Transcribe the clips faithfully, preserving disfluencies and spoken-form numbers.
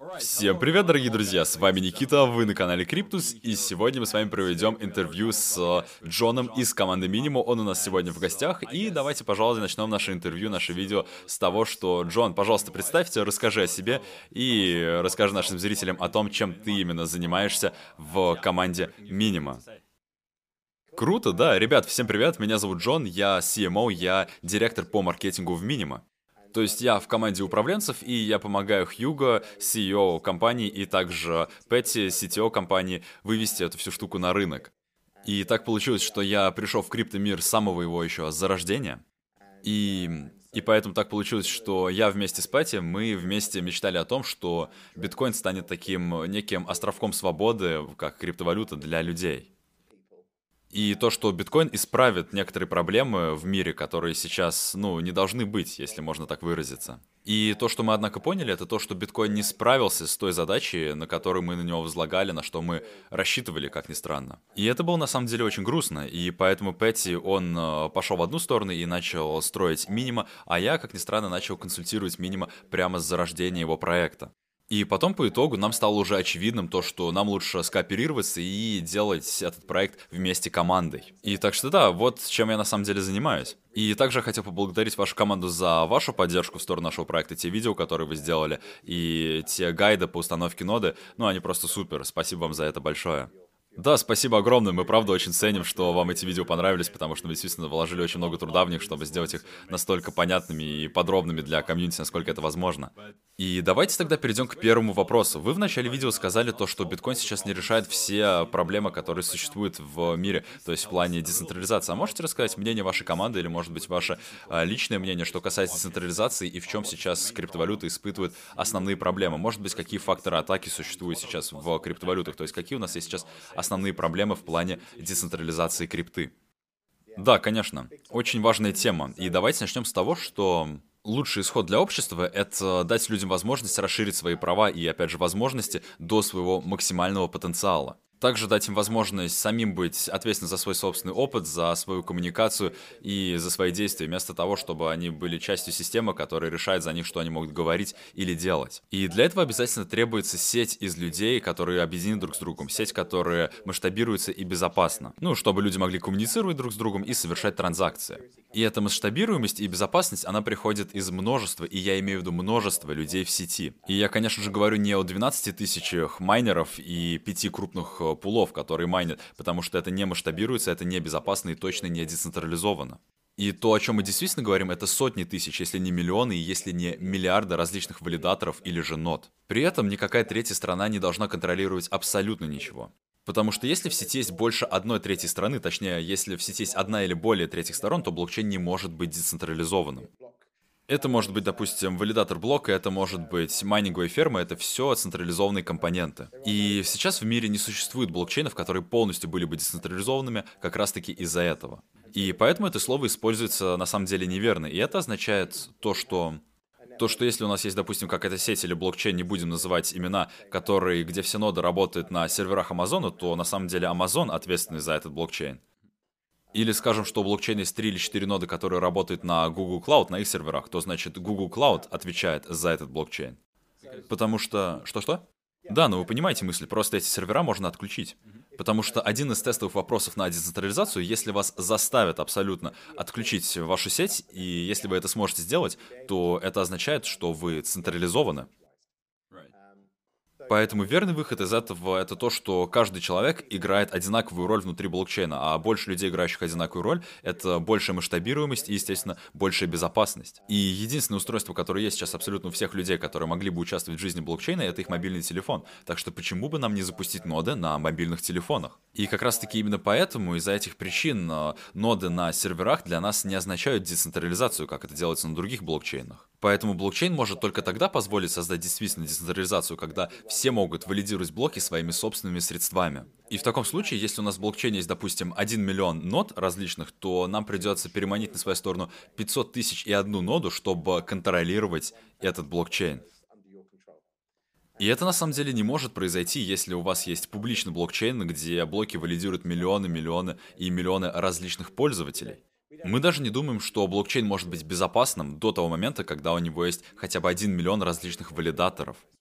Всем привет, дорогие друзья, с вами Никита, вы на канале Криптус, и сегодня мы с вами проведем интервью с э, Джоном из команды Minimo. Он у нас сегодня в гостях, и давайте, пожалуй, начнем наше интервью, наше видео с того, что, Джон, пожалуйста, представься, расскажи о себе и расскажи нашим зрителям о том, чем ты именно занимаешься в команде Minimo. Круто, да. Ребят, всем привет, меня зовут Джон, я си эм о, я директор по маркетингу в Minimo. То есть я в команде управленцев, и я помогаю Хьюго, си и о компании, и также Пэтти, си ти о компании, вывести эту всю штуку на рынок. И так получилось, что я пришел в криптомир с самого его еще зарождения. И, и поэтому так получилось, что я вместе с Пэтти, мы вместе мечтали о том, что биткоин станет таким неким островком свободы, как криптовалюта для людей. И то, что биткоин исправит некоторые проблемы в мире, которые сейчас, ну, не должны быть, если можно так выразиться. И то, что мы, однако, поняли, это то, что биткоин не справился с той задачей, на которую мы на него возлагали, на что мы рассчитывали, как ни странно. И это было, на самом деле, очень грустно, и поэтому Пэтти, он э, пошел в одну сторону и начал строить Minimo, а я, как ни странно, начал консультировать Minimo прямо с зарождения его проекта. И потом, по итогу, нам стало уже очевидным то, что нам лучше скооперироваться и делать этот проект вместе командой. И так что да, вот чем я на самом деле занимаюсь. И также я хотел поблагодарить вашу команду за вашу поддержку в сторону нашего проекта, те видео, которые вы сделали, и те гайды по установке ноды, ну они просто супер, спасибо вам за это большое. Да, спасибо огромное, мы правда очень ценим, что вам эти видео понравились, потому что мы действительно вложили очень много труда в них, чтобы сделать их настолько понятными и подробными для комьюнити, насколько это возможно. И давайте тогда перейдем к первому вопросу. Вы в начале видео сказали то, что биткоин сейчас не решает все проблемы, которые существуют в мире, то есть в плане децентрализации. А можете рассказать мнение вашей команды или, может быть, ваше а, личное мнение, что касается децентрализации и в чем сейчас криптовалюта испытывает основные проблемы? Может быть, какие факторы атаки существуют сейчас в криптовалютах? То есть какие у нас есть сейчас основные проблемы в плане децентрализации крипты? Да, конечно. Очень важная тема. И давайте начнем с того, что лучший исход для общества — это дать людям возможность расширить свои права и, опять же, возможности до своего максимального потенциала. Также дать им возможность самим быть ответственны за свой собственный опыт, за свою коммуникацию и за свои действия, вместо того, чтобы они были частью системы, которая решает за них, что они могут говорить или делать. И для этого обязательно требуется сеть из людей, которые объединены друг с другом, сеть, которая масштабируется и безопасна. Ну, чтобы люди могли коммуницировать друг с другом и совершать транзакции. И эта масштабируемость и безопасность, она приходит из множества, и я имею в виду множество людей в сети. И я, конечно же, говорю не о двенадцати тысячах майнеров и пяти крупных пулов, которые майнят, потому что это не масштабируется, это не безопасно и точно не децентрализовано. И то, о чем мы действительно говорим, это сотни тысяч, если не миллионы, и если не миллиарды различных валидаторов или же нод. При этом никакая третья страна не должна контролировать абсолютно ничего. Потому что если в сети есть больше одной третьей страны, точнее, если в сети есть одна или более третьих сторон, то блокчейн не может быть децентрализованным. Это может быть, допустим, валидатор блока, это может быть майнинговая ферма, это все централизованные компоненты. И сейчас в мире не существует блокчейнов, которые полностью были бы децентрализованными как раз-таки из-за этого. И поэтому это слово используется на самом деле неверно. И это означает то, что... То, что если у нас есть, допустим, какая-то сеть или блокчейн, не будем называть имена, которые, где все ноды работают на серверах Амазона, то на самом деле Amazon ответственный за этот блокчейн. Или скажем, что у блокчейна есть три или четыре ноды, которые работают на Google Cloud, на их серверах, то значит Google Cloud отвечает за этот блокчейн. Потому что... Что-что? Да, но вы понимаете мысль, просто эти сервера можно отключить. Потому что один из тестовых вопросов на децентрализацию, если вас заставят абсолютно отключить вашу сеть, и если вы это сможете сделать, то это означает, что вы централизованы. Поэтому верный выход из этого — это то, что каждый человек играет одинаковую роль внутри блокчейна, а больше людей, играющих одинаковую роль, это большая масштабируемость и, естественно, большая безопасность. И единственное устройство, которое есть сейчас абсолютно у всех людей, которые могли бы участвовать в жизни блокчейна, это их мобильный телефон. Так что почему бы нам не запустить ноды на мобильных телефонах? И как раз-таки именно поэтому, из-за этих причин, ноды на серверах для нас не означают децентрализацию, как это делается на других блокчейнах. Поэтому блокчейн может только тогда позволить создать действительно децентрализацию, когда все могут валидировать блоки своими собственными средствами. И в таком случае, если у нас в блокчейне есть, допустим, один миллион нод различных, то нам придется переманить на свою сторону пятьсот тысяч и одну ноду, чтобы контролировать этот блокчейн. И это на самом деле не может произойти, если у вас есть публичный блокчейн, где блоки валидируют миллионы, миллионы и миллионы различных пользователей. Мы даже не думаем, что блокчейн может быть безопасным до того момента, когда у него есть хотя бы один миллион различных валидаторов.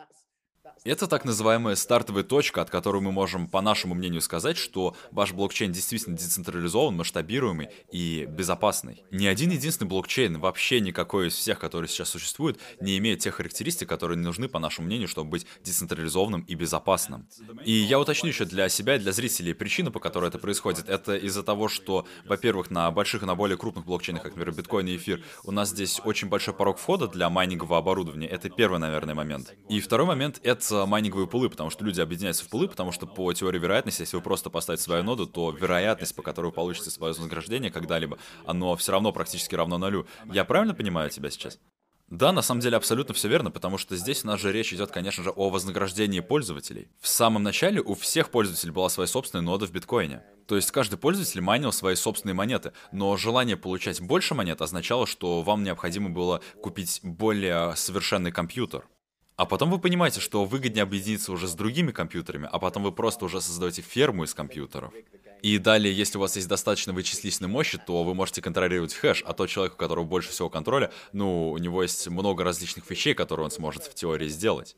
Это так называемая стартовая точка, от которой мы можем, по нашему мнению, сказать, что ваш блокчейн действительно децентрализован, масштабируемый и безопасный. Ни один единственный блокчейн, вообще никакой из всех, которые сейчас существуют, не имеет тех характеристик, которые нужны, по нашему мнению, чтобы быть децентрализованным и безопасным. И я уточню еще для себя и для зрителей причину, по которой это происходит. Это из-за того, что, во-первых, на больших и на более крупных блокчейнах, как, например, биткоин и эфир, у нас здесь очень большой порог входа для майнингового оборудования. Это первый, наверное, момент. И второй момент — это майнинговые пулы, потому что люди объединяются в пулы, потому что по теории вероятности, если вы просто поставите свою ноду, то вероятность, по которой вы получите свое вознаграждение когда-либо, оно все равно практически равно нулю. Я правильно понимаю тебя сейчас? Да, на самом деле абсолютно все верно, потому что здесь у нас же речь идет, конечно же, о вознаграждении пользователей. В самом начале у всех пользователей была своя собственная нода в биткоине. То есть каждый пользователь майнил свои собственные монеты, но желание получать больше монет означало, что вам необходимо было купить более совершенный компьютер. А потом вы понимаете, что выгоднее объединиться уже с другими компьютерами, а потом вы просто уже создаете ферму из компьютеров. И далее, если у вас есть достаточно вычислительной мощи, то вы можете контролировать хэш, а тот человек, у которого больше всего контроля, ну, у него есть много различных вещей, которые он сможет в теории сделать.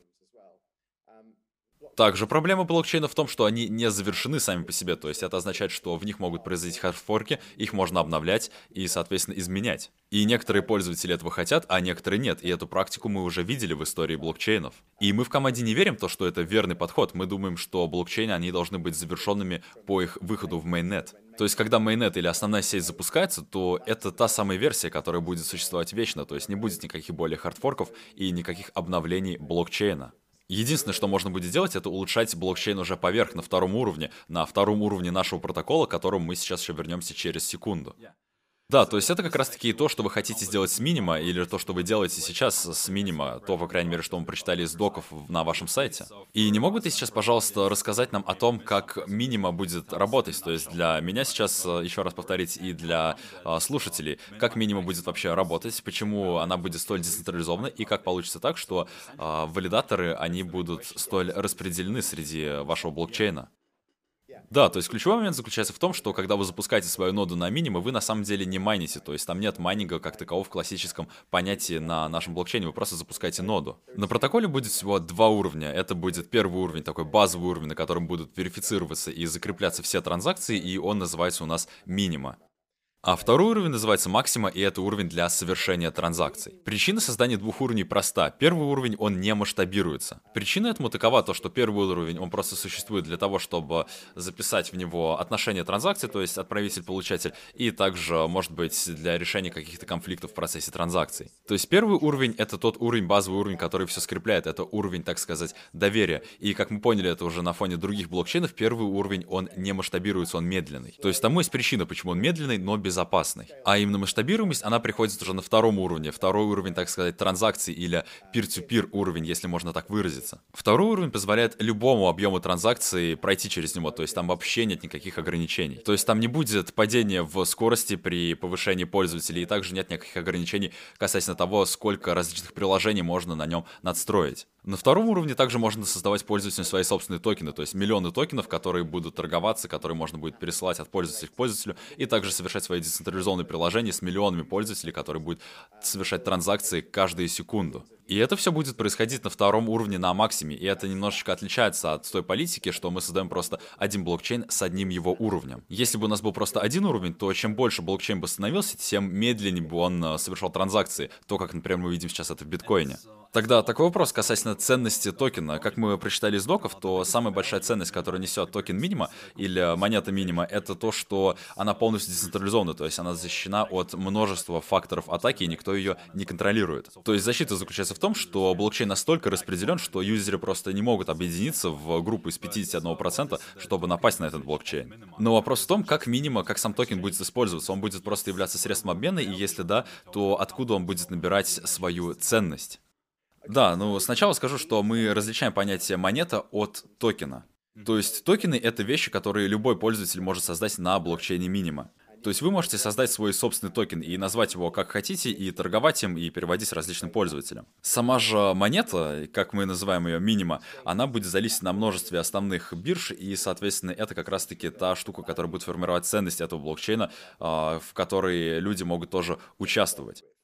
Также проблема блокчейна в том, что они не завершены сами по себе, то есть это означает, что в них могут произойти хардфорки, их можно обновлять и, соответственно, изменять. И некоторые пользователи этого хотят, а некоторые нет, и эту практику мы уже видели в истории блокчейнов. И мы в команде не верим в то, что это верный подход, мы думаем, что блокчейны, они должны быть завершенными по их выходу в мейннет. То есть, когда мейннет или основная сеть запускается, то это та самая версия, которая будет существовать вечно, то есть не будет никаких более хардфорков и никаких обновлений блокчейна. Единственное, что можно будет делать, это улучшать блокчейн уже поверх, на втором уровне, на втором уровне нашего протокола, к которому мы сейчас еще вернемся через секунду. Да, то есть это как раз-таки то, что вы хотите сделать с минима, или то, что вы делаете сейчас с минима, то, по крайней мере, что мы прочитали из доков на вашем сайте. И не могут ты сейчас, пожалуйста, рассказать нам о том, как минима будет работать? То есть для меня сейчас, э, еще раз повторить, и для э, слушателей, как минима будет вообще работать, почему она будет столь децентрализована, и как получится так, что э, валидаторы, они будут столь распределены среди вашего блокчейна. Да, то есть ключевой момент заключается в том, что когда вы запускаете свою ноду на минимум, вы на самом деле не майните, то есть там нет майнинга как такового в классическом понятии на нашем блокчейне, вы просто запускаете ноду. На протоколе будет всего два уровня. Это будет первый уровень, такой базовый уровень, на котором будут верифицироваться и закрепляться все транзакции, и он называется у нас минима. А второй уровень называется максима, и это уровень для совершения транзакций. Причина создания двух уровней проста. Первый уровень, он не масштабируется. Причина этому такова, то, что первый уровень, он просто существует для того, чтобы записать в него отношения транзакций, то есть отправитель-получатель, и также, может быть, для решения каких-то конфликтов в процессе транзакций. То есть первый уровень — это тот уровень, базовый уровень, который все скрепляет. Это уровень, так сказать, доверия. И, как мы поняли, это уже на фоне других блокчейнов, первый уровень, он не масштабируется, он медленный. То есть тому есть причина, почему он медленный, но без безопасной. А именно масштабируемость, она приходит уже на втором уровне. Второй уровень, так сказать, транзакций или peer-to-peer уровень, если можно так выразиться. Второй уровень позволяет любому объему транзакций пройти через него, то есть там вообще нет никаких ограничений. То есть там не будет падения в скорости при повышении пользователей, и также нет никаких ограничений касательно того, сколько различных приложений можно на нем надстроить. На втором уровне также можно создавать пользователям свои собственные токены, то есть миллионы токенов, которые будут торговаться, которые можно будет пересылать от пользователя к пользователю, и также совершать свои децентрализованные приложения с миллионами пользователей, которые будут совершать транзакции каждую секунду. И это все будет происходить на втором уровне на максиме, и это немножечко отличается от той политики, что мы создаем просто один блокчейн с одним его уровнем. Если бы у нас был просто один уровень, то чем больше блокчейн бы становился, тем медленнее бы он э, совершал транзакции, то, как, например, мы видим сейчас это в биткоине. Тогда такой вопрос касательно ценности токена. Как мы прочитали из доков, то самая большая ценность, которую несет токен минима или монета минима, это то, что она полностью децентрализована, то есть она защищена от множества факторов атаки, и никто ее не контролирует. То есть защита заключается в том, что блокчейн настолько распределен, что юзеры просто не могут объединиться в группу из пятьдесят один процент, чтобы напасть на этот блокчейн. Но вопрос в том, как минима, как сам токен будет использоваться. Он будет просто являться средством обмена, и если да, то откуда он будет набирать свою ценность? Да, ну сначала скажу, что мы различаем понятие монета от токена. То есть токены — это вещи, которые любой пользователь может создать на блокчейне минима. То есть вы можете создать свой собственный токен и назвать его как хотите, и торговать им, и переводить различным пользователям. Сама же монета, как мы называем ее минима, она будет зависеть на множестве основных бирж, и, соответственно, это как раз-таки та штука, которая будет формировать ценность этого блокчейна, в которой люди могут тоже участвовать.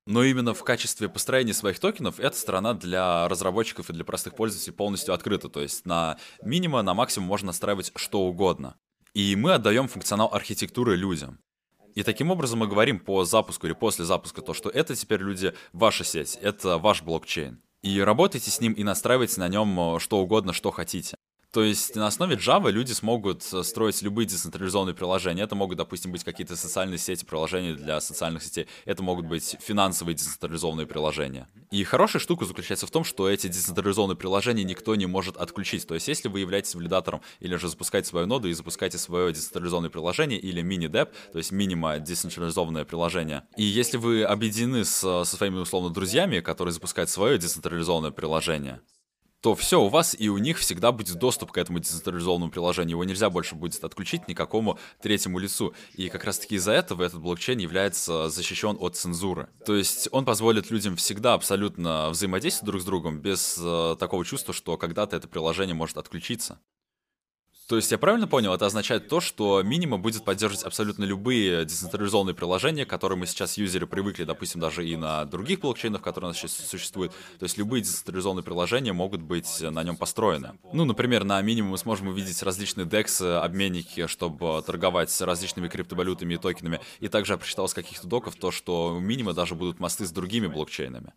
Но именно в качестве построения своих токенов эта сторона для разработчиков и для простых пользователей полностью открыта. То есть на минимум, на максимум можно настраивать что угодно. И мы отдаем функционал архитектуры людям. И таким образом мы говорим по запуску или после запуска то, что это теперь, люди, ваша сеть, это ваш блокчейн. И работайте с ним и настраивайте на нем что угодно, что хотите. То есть на основе Java люди смогут строить любые децентрализованные приложения. Это могут, допустим, быть какие-то социальные сети, приложения для социальных сетей. Это могут быть финансовые децентрализованные приложения. И хорошая штука заключается в том, что эти децентрализованные приложения никто не может отключить. То есть если вы являетесь валидатором или же запускаете свою ноду и запускаете свое децентрализованное приложение или мини-деп, то есть минима децентрализованное приложение, и если вы объединены с, со своими, условно, друзьями, которые запускают свое децентрализованное приложение, то все, у вас и у них всегда будет доступ к этому децентрализованному приложению. Его нельзя больше будет отключить никакому третьему лицу. И как раз-таки из-за этого этот блокчейн является защищен от цензуры. То есть он позволит людям всегда абсолютно взаимодействовать друг с другом без э, такого чувства, что когда-то это приложение может отключиться. То есть я правильно понял, это означает то, что минима будет поддерживать абсолютно любые децентрализованные приложения, которые мы сейчас юзеры привыкли, допустим, даже и на других блокчейнах, которые у нас сейчас существуют. То есть любые децентрализованные приложения могут быть на нем построены. Ну, например, на минимум мы сможем увидеть различные дексы, обменники, чтобы торговать с различными криптовалютами и токенами. И также я прочитал с каких-то доков то, что у минима даже будут мосты с другими блокчейнами.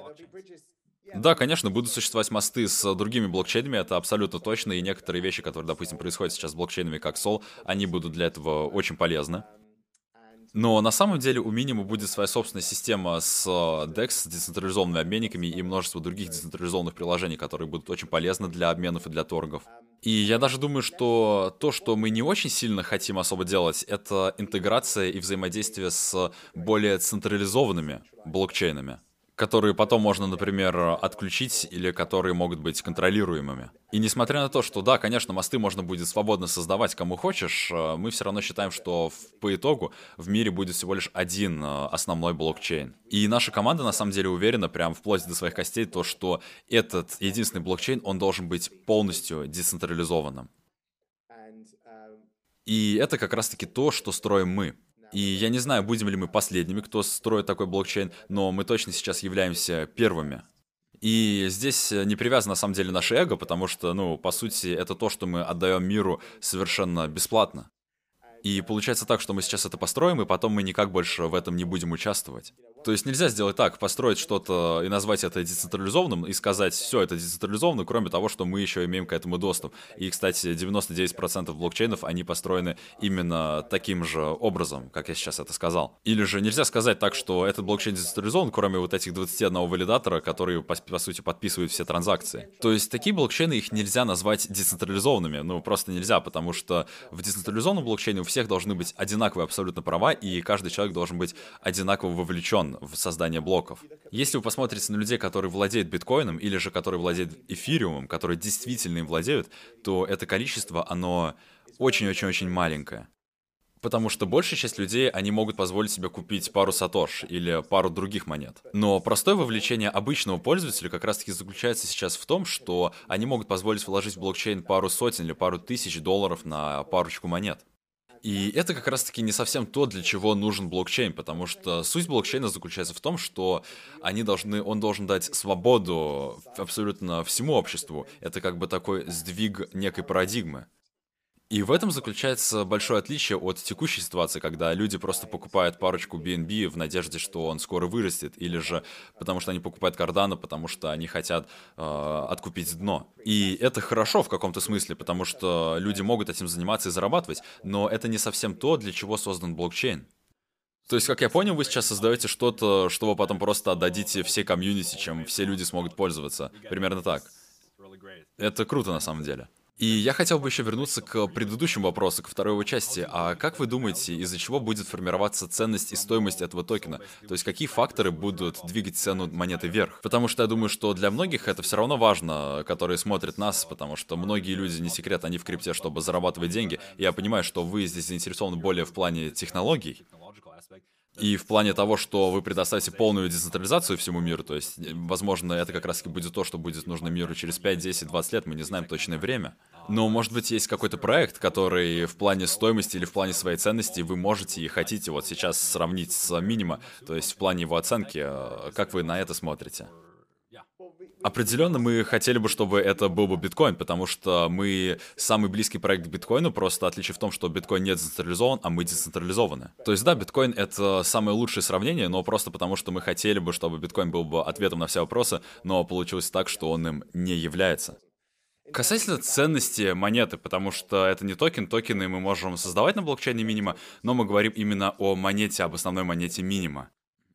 Да, конечно, будут существовать мосты с другими блокчейнами, это абсолютно точно, и некоторые вещи, которые, допустим, происходят сейчас с блокчейнами, как Sol, они будут для этого очень полезны. Но на самом деле у Минима будет своя собственная система с декс, с децентрализованными обменниками и множество других децентрализованных приложений, которые будут очень полезны для обменов и для торгов. И я даже думаю, что то, что мы не очень сильно хотим особо делать, это интеграция и взаимодействие с более централизованными блокчейнами, которые потом можно, например, отключить или которые могут быть контролируемыми. И несмотря на то, что да, конечно, мосты можно будет свободно создавать кому хочешь, мы все равно считаем, что в, по итогу в мире будет всего лишь один основной блокчейн. И наша команда на самом деле уверена, прям вплоть до своих костей, то, что этот единственный блокчейн, он должен быть полностью децентрализованным. И это как раз-таки то, что строим мы. И я не знаю, будем ли мы последними, кто строит такой блокчейн, но мы точно сейчас являемся первыми. И здесь не привязано, на самом деле, наше эго, потому что, ну, по сути, это то, что мы отдаем миру совершенно бесплатно. И получается так, что мы сейчас это построим, и потом мы никак больше в этом не будем участвовать. То есть нельзя сделать так, построить что-то и назвать это децентрализованным, и сказать, все, это децентрализованно, кроме того, что мы еще имеем к этому доступ. И, кстати, девяносто девять процентов блокчейнов, они построены именно таким же образом, как я сейчас это сказал. Или же нельзя сказать так, что этот блокчейн децентрализован, кроме вот этих двадцати одного валидатора, которые, по, по сути, подписывают все транзакции. То есть такие блокчейны, их нельзя назвать децентрализованными, ну, просто нельзя, потому что в децентрализованном блокчейне у всех должны быть одинаковые абсолютно права, и каждый человек должен быть одинаково вовлечен в создание блоков. Если вы посмотрите на людей, которые владеют биткоином, или же которые владеют эфириумом, которые действительно им владеют, то это количество, оно очень-очень-очень маленькое. Потому что большая часть людей, они могут позволить себе купить пару сатош или пару других монет. Но простое вовлечение обычного пользователя как раз-таки заключается сейчас в том, что они могут позволить вложить в блокчейн пару сотен или пару тысяч долларов на парочку монет. И это как раз-таки не совсем то, для чего нужен блокчейн, потому что суть блокчейна заключается в том, что они должны, он должен дать свободу абсолютно всему обществу. Это как бы такой сдвиг некой парадигмы. И в этом заключается большое отличие от текущей ситуации, когда люди просто покупают парочку би эн би в надежде, что он скоро вырастет, или же потому что они покупают Cardano, потому что они хотят э, откупить дно. И это хорошо в каком-то смысле, потому что люди могут этим заниматься и зарабатывать, но это не совсем то, для чего создан блокчейн. То есть, как я понял, вы сейчас создаете что-то, что вы потом просто отдадите всей комьюнити, чем все люди смогут пользоваться. Примерно так. Это круто на самом деле. И я хотел бы еще вернуться к предыдущему вопросу, к второй его части. А как вы думаете, из-за чего будет формироваться ценность и стоимость этого токена? То есть какие факторы будут двигать цену монеты вверх? Потому что я думаю, что для многих это все равно важно, которые смотрят нас, потому что многие люди, не секрет, они в крипте, чтобы зарабатывать деньги. И я понимаю, что вы здесь заинтересованы более в плане технологий. И в плане того, что вы предоставите полную децентрализацию всему миру, то есть, э, возможно, это как раз-таки будет то, что будет нужно миру через пять, десять, двадцать лет, мы не знаем точное время. Но, может быть, есть какой-то проект, который в плане стоимости или в плане своей ценности вы можете и хотите вот сейчас сравнить с Минима, то есть в плане его оценки, э, как вы на это смотрите? Определенно мы хотели бы, чтобы это был бы биткоин, потому что мы самый близкий проект к биткоину, просто отличие в том, что биткоин не децентрализован, а мы децентрализованы. То есть да, биткоин — это самое лучшее сравнение, но просто потому, что мы хотели бы, чтобы биткоин был бы ответом на все вопросы, но получилось так, что он им не является. Касательно ценности монеты, потому что это не токен, токены мы можем создавать на блокчейне Минима, но мы говорим именно о монете, об основной монете Минима.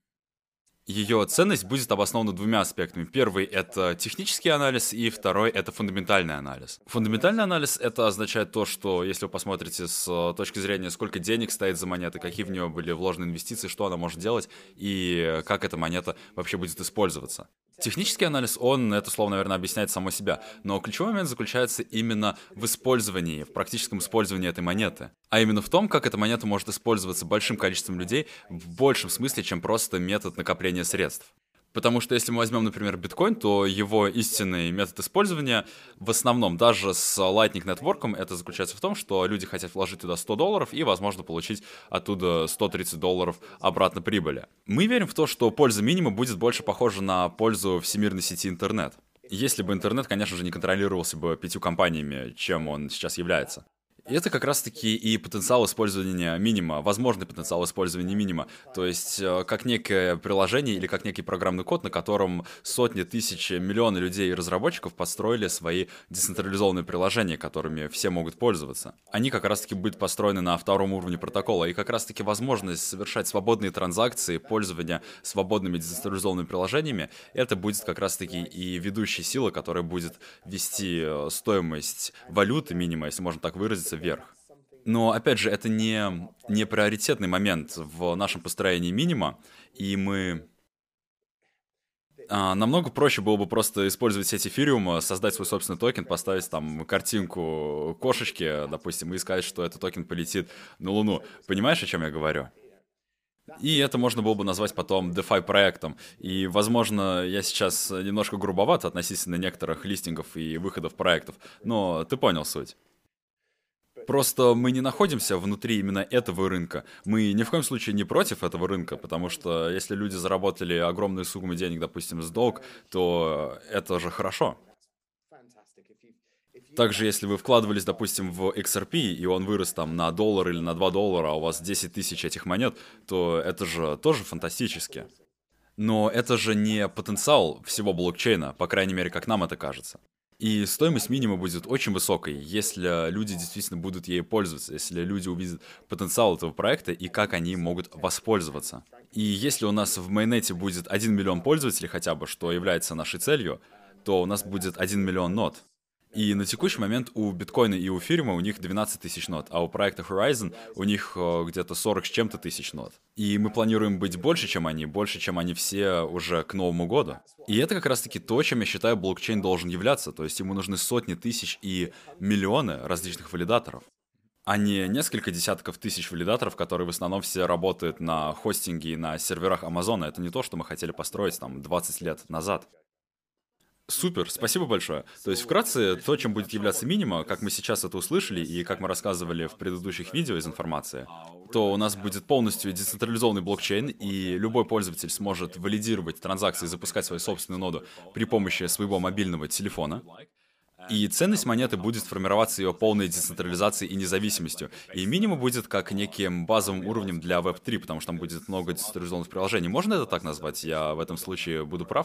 Ее ценность будет обоснована двумя аспектами. Первый — это технический анализ, и второй — это фундаментальный анализ. Фундаментальный анализ — это означает то, что если вы посмотрите с э, точки зрения, сколько денег стоит за монетой, какие в нее были вложены инвестиции, что она может делать, и как эта монета вообще будет использоваться. Технический анализ, он, это слово, наверное, объясняет само себя, но ключевой момент заключается именно в использовании, в практическом использовании этой монеты. А именно в том, как эта монета может использоваться большим количеством людей в большем смысле, чем просто метод накопления средств. Потому что если мы возьмем, например, биткоин, то его истинный метод использования в основном, даже с Lightning Network, это заключается в том, что люди хотят вложить туда сто долларов и, возможно, получить оттуда сто тридцать долларов обратно прибыли. Мы верим в то, что польза Минима будет больше похожа на пользу всемирной сети интернет. Если бы интернет, конечно же, не контролировался бы пятью компаниями, чем он сейчас является. И это как раз-таки и потенциал использования Минима, возможный потенциал использования Минима, то есть э, как некое приложение или как некий программный код, на котором сотни, тысячи, миллионы людей и разработчиков построили свои децентрализованные приложения, которыми все могут пользоваться. Они как раз-таки будут построены на втором уровне протокола, и как раз-таки возможность совершать свободные транзакции, пользования свободными децентрализованными приложениями, это будет как раз-таки и ведущая сила, которая будет вести э, стоимость валюты Минима, если можно так выразиться, вверх. Но, опять же, это не, не приоритетный момент в нашем построении Минима, и мы... А, намного проще было бы просто использовать сеть эфириума, создать свой собственный токен, поставить там картинку кошечки, допустим, и сказать, что этот токен полетит на Луну. Понимаешь, о чем я говорю? И это можно было бы назвать потом DeFi проектом. И, возможно, я сейчас немножко грубоват относительно некоторых листингов и выходов проектов, но ты понял суть. Просто мы не находимся внутри именно этого рынка. Мы ни в коем случае не против этого рынка, потому что если люди заработали огромные суммы денег, допустим, с долг, то это же хорошо. Также, если вы вкладывались, допустим, в икс ар пи, и он вырос там на доллар или на два доллара, а у вас десять тысяч этих монет, то это же тоже фантастически. Но это же не потенциал всего блокчейна, по крайней мере, как нам это кажется. И стоимость Минима будет очень высокой, если люди действительно будут ею пользоваться, если люди увидят потенциал этого проекта и как они могут воспользоваться. И если у нас в майонете будет один миллион пользователей хотя бы, что является нашей целью, то у нас будет один миллион нод. И на текущий момент у биткоина и у эфириума у них двенадцать тысяч нод, а у проекта Horizon у них э, где-то сорок с чем-то тысяч нод. И мы планируем быть больше, чем они, больше, чем они все уже к Новому году. И это как раз-таки то, чем я считаю блокчейн должен являться, то есть ему нужны сотни тысяч и миллионы различных валидаторов, а не несколько десятков тысяч валидаторов, которые в основном все работают на хостинге и на серверах Амазона. Это не то, что мы хотели построить там двадцать лет назад. Супер, спасибо большое. То есть, вкратце, то, чем будет являться Минима, как мы сейчас это услышали и как мы рассказывали в предыдущих видео из информации, то у нас будет полностью децентрализованный блокчейн, и любой пользователь сможет валидировать транзакции и запускать свою собственную ноду при помощи своего мобильного телефона. И ценность монеты будет формироваться ее полной децентрализацией и независимостью. И Минима будет как неким базовым уровнем для веб три, потому что там будет много децентрализованных приложений. Можно это так назвать? Я в этом случае буду прав?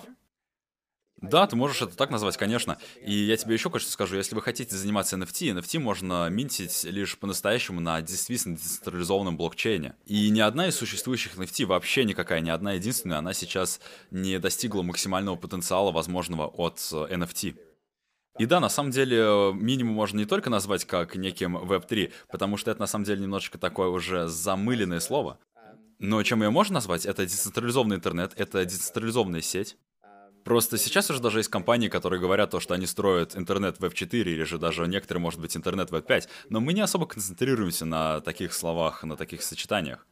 Да, ты можешь это так назвать, конечно. И я тебе еще кое-что скажу. Если вы хотите заниматься эн эф ти, эн эф ти можно минтить лишь по-настоящему на действительно децентрализованном блокчейне. И ни одна из существующих эн эф ти, вообще никакая, ни одна единственная, она сейчас не достигла максимального потенциала, возможного от эн эф ти. И да, на самом деле, минимум можно не только назвать как неким веб три, потому что это на самом деле немножечко такое уже замыленное слово. Но чем ее можно назвать? Это децентрализованный интернет, это децентрализованная сеть. Просто сейчас уже даже есть компании, которые говорят то, что они строят интернет веб четыре, или же даже некоторые, может быть, интернет веб пять, но мы не особо концентрируемся на таких словах, на таких сочетаниях.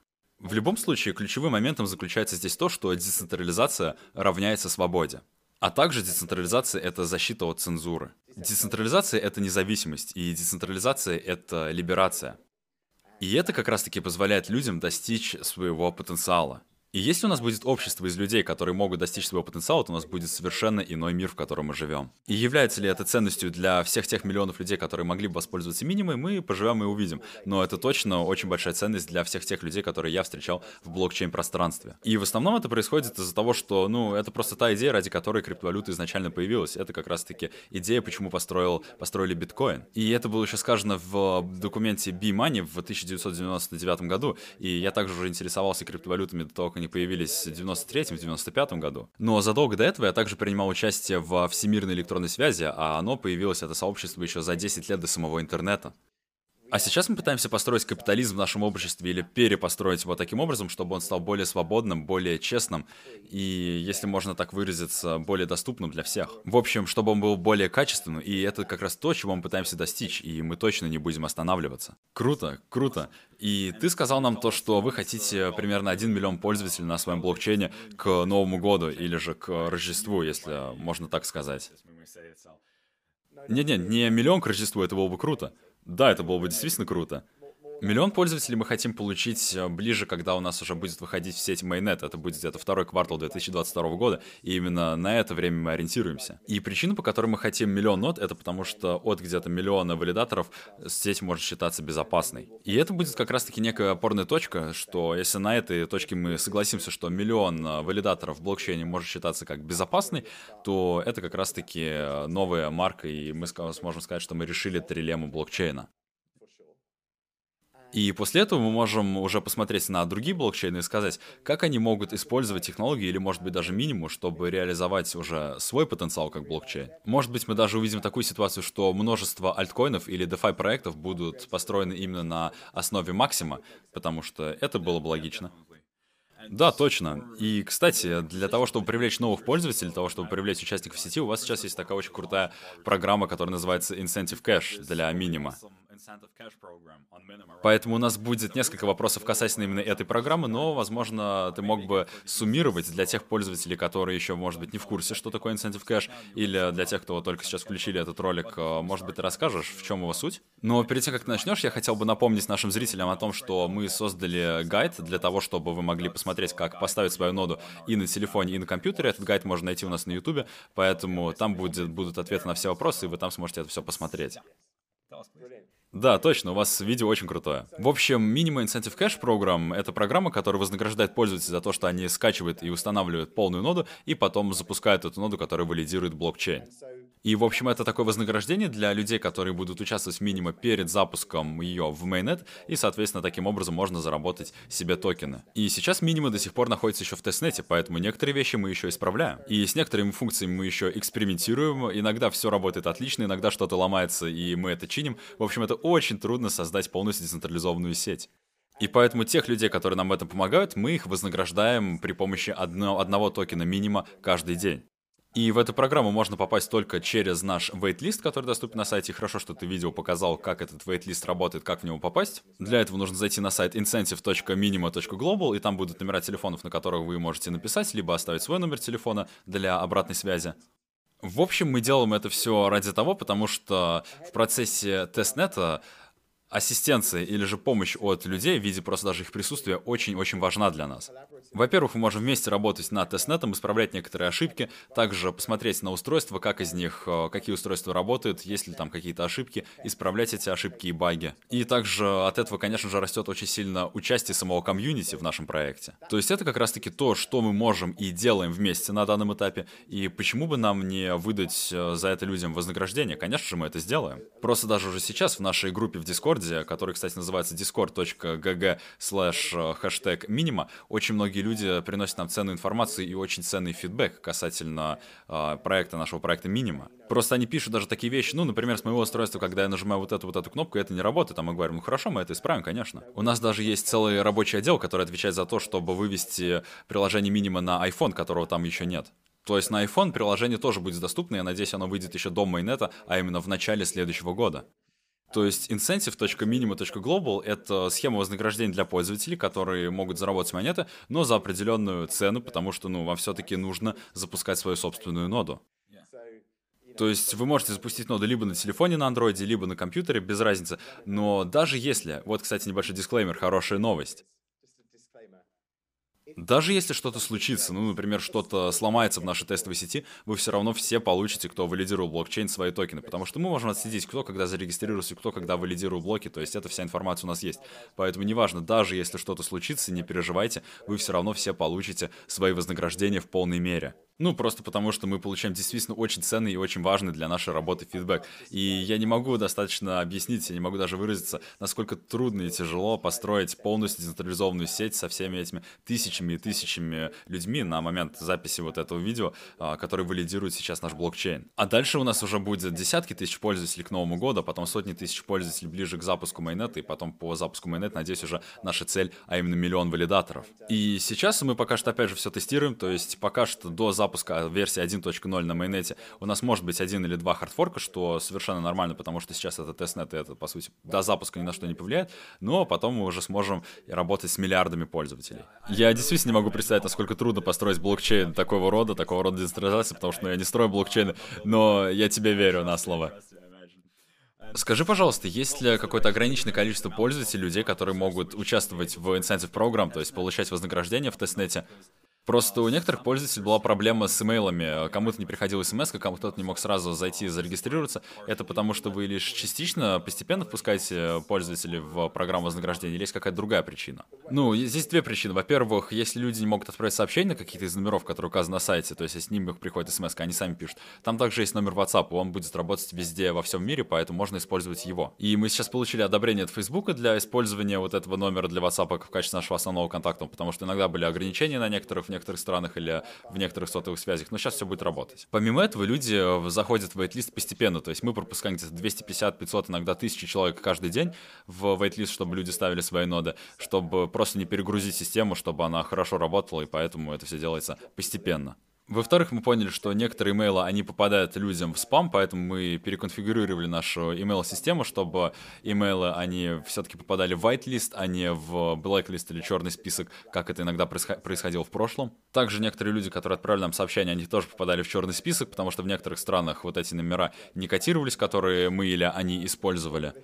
В любом случае, ключевым моментом заключается здесь то, что децентрализация равняется свободе. А также децентрализация — это защита от цензуры. Децентрализация — это независимость, и децентрализация — это либерация. И это как раз-таки позволяет людям достичь своего потенциала. И если у нас будет общество из людей, которые могут достичь своего потенциала, то у нас будет совершенно иной мир, в котором мы живем. И является ли это ценностью для всех тех миллионов людей, которые могли бы воспользоваться минимой, мы поживем и увидим. Но это точно очень большая ценность для всех тех людей, которые я встречал в блокчейн-пространстве. И в основном это происходит из-за того, что, ну, это просто та идея, ради которой криптовалюта изначально появилась. Это как раз-таки идея, почему построил, построили биткоин. И это было еще сказано в документе B-Money в тысяча девятьсот девяносто девятом году. И я также уже интересовался криптовалютами до того, как они появились в девяносто третьем, в девяносто пятом году. Но задолго до этого я также принимал участие во всемирной электронной связи, а оно появилось, это сообщество, еще за десять лет до самого интернета. А сейчас мы пытаемся построить капитализм в нашем обществе или перепостроить его таким образом, чтобы он стал более свободным, более честным и, если можно так выразиться, более доступным для всех. В общем, чтобы он был более качественным, и это как раз то, чего мы пытаемся достичь, и мы точно не будем останавливаться. Круто, круто. И ты сказал нам то, что вы хотите примерно один миллион пользователей на своем блокчейне к Новому году или же к Рождеству, если можно так сказать. Нет-нет, не миллион к Рождеству, это было бы круто. Да, это было бы действительно круто. Миллион пользователей мы хотим получить ближе, когда у нас уже будет выходить в сеть Mainnet. Это будет где-то второй квартал две тысячи двадцать второго года, и именно на это время мы ориентируемся. И причина, по которой мы хотим миллион нод, это потому что от где-то миллиона валидаторов сеть может считаться безопасной. И это будет как раз-таки некая опорная точка, что если на этой точке мы согласимся, что миллион валидаторов в блокчейне может считаться как безопасный, то это как раз-таки новая марка, и мы сможем сказать, что мы решили трилемму блокчейна. И после этого мы можем уже посмотреть на другие блокчейны и сказать, как они могут использовать технологии или, может быть, даже минимум, чтобы реализовать уже свой потенциал как блокчейн. Может быть, мы даже увидим такую ситуацию, что множество альткоинов или DeFi проектов будут построены именно на основе Максима, потому что это было бы логично. Да, точно. И, кстати, для того, чтобы привлечь новых пользователей, для того, чтобы привлечь участников сети, у вас сейчас есть такая очень крутая программа, которая называется Incentive Cash для минима. Поэтому у нас будет несколько вопросов касательно именно этой программы, но, возможно, ты мог бы суммировать для тех пользователей, которые еще, может быть, не в курсе, что такое Incentive Cash, или для тех, кто только сейчас включили этот ролик, может быть, ты расскажешь, в чем его суть? Но перед тем, как ты начнешь, я хотел бы напомнить нашим зрителям о том, что мы создали гайд для того, чтобы вы могли посмотреть, как поставить свою ноду и на телефоне, и на компьютере. Этот гайд можно найти у нас на YouTube, поэтому там будет, будут ответы на все вопросы, и вы там сможете это все посмотреть. Да, точно, у вас видео очень крутое. В общем, Minimum Incentive Cash Program — это программа, которая вознаграждает пользователей за то, что они скачивают и устанавливают полную ноду, и потом запускают эту ноду, которая валидирует блокчейн. И, в общем, это такое вознаграждение для людей, которые будут участвовать в минима перед запуском ее в Mainnet, и, соответственно, таким образом можно заработать себе токены. И сейчас минима до сих пор находится еще в тестнете, поэтому некоторые вещи мы еще исправляем. И с некоторыми функциями мы еще экспериментируем, иногда все работает отлично, иногда что-то ломается, и мы это чиним. В общем, это очень трудно создать полностью децентрализованную сеть. И поэтому тех людей, которые нам в этом помогают, мы их вознаграждаем при помощи одно, одного токена минима каждый день. И в эту программу можно попасть только через наш waitlist, который доступен на сайте. Хорошо, что ты видео показал, как этот waitlist работает, как в него попасть. Для этого нужно зайти на сайт incentive точка minima точка global, и там будут номера телефонов, на которых вы можете написать, либо оставить свой номер телефона для обратной связи. В общем, мы делаем это все ради того, потому что в процессе тестнета ассистенция или же помощь от людей в виде просто даже их присутствия очень-очень важна для нас. Во-первых, мы можем вместе работать над тестнетом, исправлять некоторые ошибки, также посмотреть на устройства, как из них, какие устройства работают, есть ли там какие-то ошибки, исправлять эти ошибки и баги. И также от этого, конечно же, растет очень сильно участие самого комьюнити в нашем проекте. То есть это как раз-таки то, что мы можем и делаем вместе на данном этапе, и почему бы нам не выдать за это людям вознаграждение? Конечно же, мы это сделаем. Просто даже уже сейчас в нашей группе в Discord, который, кстати, называется discord точка gg слэш хэштег минима, очень многие люди приносят нам ценную информацию и очень ценный фидбэк касательно э, проекта, нашего проекта минима. Просто они пишут даже такие вещи, ну, например, с моего устройства, когда я нажимаю вот эту вот эту кнопку, это не работает, а мы говорим, ну хорошо, мы это исправим, конечно. У нас даже есть целый рабочий отдел, который отвечает за то, чтобы вывести приложение минима на iPhone, которого там еще нет. То есть на iPhone приложение тоже будет доступно, я надеюсь, оно выйдет еще до майнета, а именно в начале следующего года. То есть incentive.minima.global — это схема вознаграждения для пользователей, которые могут заработать монеты, но за определенную цену, потому что, ну, вам все-таки нужно запускать свою собственную ноду. То есть вы можете запустить ноду либо на телефоне на андроиде, либо на компьютере, без разницы. Но даже если, вот, кстати, небольшой дисклеймер, хорошая новость. Даже если что-то случится, ну, например, что-то сломается в нашей тестовой сети, вы все равно все получите, кто валидировал блокчейн, свои токены, потому что мы можем отследить, кто когда зарегистрировался, кто когда валидировал блоки, то есть эта вся информация у нас есть. Поэтому неважно, даже если что-то случится, не переживайте, вы все равно все получите свои вознаграждения в полной мере. Ну, просто потому, что мы получаем действительно очень ценный и очень важный для нашей работы фидбэк. И я не могу достаточно объяснить, я не могу даже выразиться, насколько трудно и тяжело построить полностью децентрализованную сеть со всеми этими тысячами и тысячами людьми на момент записи вот этого видео, а, которые валидируют сейчас наш блокчейн. А дальше у нас уже будет десятки тысяч пользователей к Новому году, а потом сотни тысяч пользователей ближе к запуску майонета, и потом по запуску майонета, надеюсь, уже наша цель, а именно миллион валидаторов. И сейчас мы пока что опять же все тестируем, то есть пока что до запуска запуска версии один точка ноль на майонете у нас может быть один или два хардфорка, что совершенно нормально, потому что сейчас это тестнет, и это, по сути, до запуска ни на что не повлияет, но потом мы уже сможем работать с миллиардами пользователей. Я действительно не могу представить, насколько трудно построить блокчейн такого рода, такого рода децентрализации, потому что ну, я не строю блокчейны, но я тебе верю на слово. Скажи, пожалуйста, есть ли какое-то ограниченное количество пользователей, людей, которые могут участвовать в incentive программ, то есть получать вознаграждение в тестнете? Просто у некоторых пользователей была проблема с имейлами. Кому-то не приходила смс, кому-то не мог сразу зайти и зарегистрироваться. Это потому, что вы лишь частично, постепенно впускаете пользователей в программу вознаграждения, или есть какая-то другая причина? Ну, здесь две причины. Во-первых, если люди не могут отправить сообщения какие-то из номеров, которые указаны на сайте, то есть если с ними приходит смс, они сами пишут. Там также есть номер WhatsApp, он будет работать везде, во всем мире, поэтому можно использовать его. И мы сейчас получили одобрение от Facebook для использования вот этого номера для WhatsApp в качестве нашего основного контакта, потому что иногда были ограничения на некоторых, в некоторых странах или в некоторых сотовых связях, но сейчас все будет работать. Помимо этого, люди заходят в вейт-лист постепенно, то есть мы пропускаем где-то двести пятьдесят пятьсот, иногда тысячи человек каждый день в вейт-лист, чтобы люди ставили свои ноды, чтобы просто не перегрузить систему, чтобы она хорошо работала, и поэтому это все делается постепенно. Во-вторых, мы поняли, что некоторые имейлы, они попадают людям в спам, поэтому мы переконфигурировали нашу имейл-систему, чтобы имейлы, они все-таки попадали в whitelist, а не в blacklist или черный список, как это иногда происходило в прошлом. Также некоторые люди, которые отправляли нам сообщения, они тоже попадали в черный список, потому что в некоторых странах вот эти номера не котировались, которые мы или они использовали.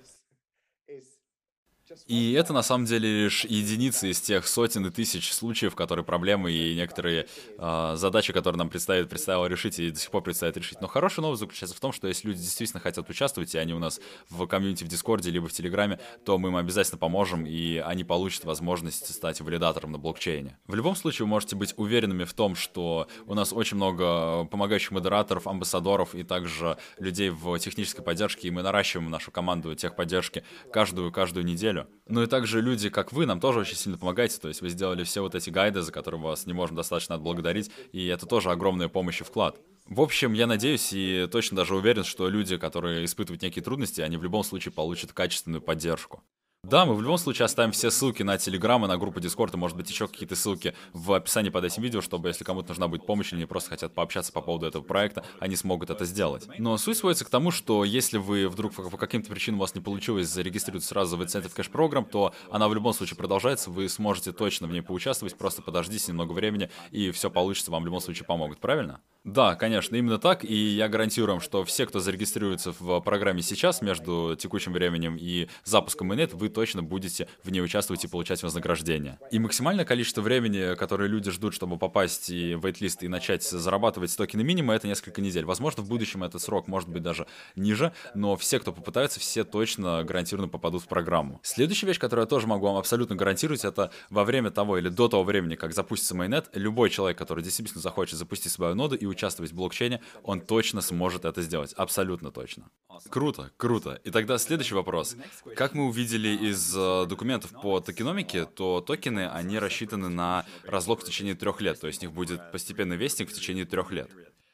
И это на самом деле лишь единицы из тех сотен и тысяч случаев, которые проблемы и некоторые э, задачи, которые нам предстоит, предстояло решить и до сих пор предстоит решить. Но хорошая новость заключается в том, что если люди действительно хотят участвовать, и они у нас в комьюнити в Дискорде либо в Телеграме, то мы им обязательно поможем, и они получат возможность стать валидатором на блокчейне. В любом случае, вы можете быть уверенными в том, что у нас очень много помогающих модераторов, амбассадоров и также людей в технической поддержке, и мы наращиваем нашу команду техподдержки каждую-каждую неделю. Ну и также люди, как вы, нам тоже очень сильно помогаете, то есть вы сделали все вот эти гайды, за которые вас не можем достаточно отблагодарить, и это тоже огромная помощь и вклад. В общем, я надеюсь и точно даже уверен, что люди, которые испытывают некие трудности, они в любом случае получат качественную поддержку. Да, мы в любом случае оставим все ссылки на Telegram и на группу Discord, и, может быть, еще какие-то ссылки в описании под этим видео, чтобы, если кому-то нужна будет помощь или они просто хотят пообщаться по поводу этого проекта, они смогут это сделать. Но суть сводится к тому, что если вы вдруг по каким-то причинам у вас не получилось зарегистрировать сразу в Incentive Cash Program, то она в любом случае продолжается, вы сможете точно в ней поучаствовать, просто подождите немного времени, и все получится, вам в любом случае помогут, правильно? Да, конечно, именно так, и я гарантирую вам, что все, кто зарегистрируется в программе сейчас, между текущим временем и запуском майонет, вы точно будете в ней участвовать и получать вознаграждение. И максимальное количество времени, которое люди ждут, чтобы попасть и в вейт-лист и начать зарабатывать с токена минимума, это несколько недель. Возможно, в будущем этот срок может быть даже ниже, но все, кто попытаются, все точно гарантированно попадут в программу. Следующая вещь, которую я тоже могу вам абсолютно гарантировать, это во время того или до того времени, как запустится майонет, любой человек, который действительно захочет запустить свою ноду и участвовать в блокчейне, он точно сможет это сделать. Абсолютно точно. Круто, круто. И тогда следующий вопрос. Как мы увидели из э, документов по токеномике, то токены, они рассчитаны на разлог в течение трех лет. То есть у них будет постепенный вестинг в течение трех лет.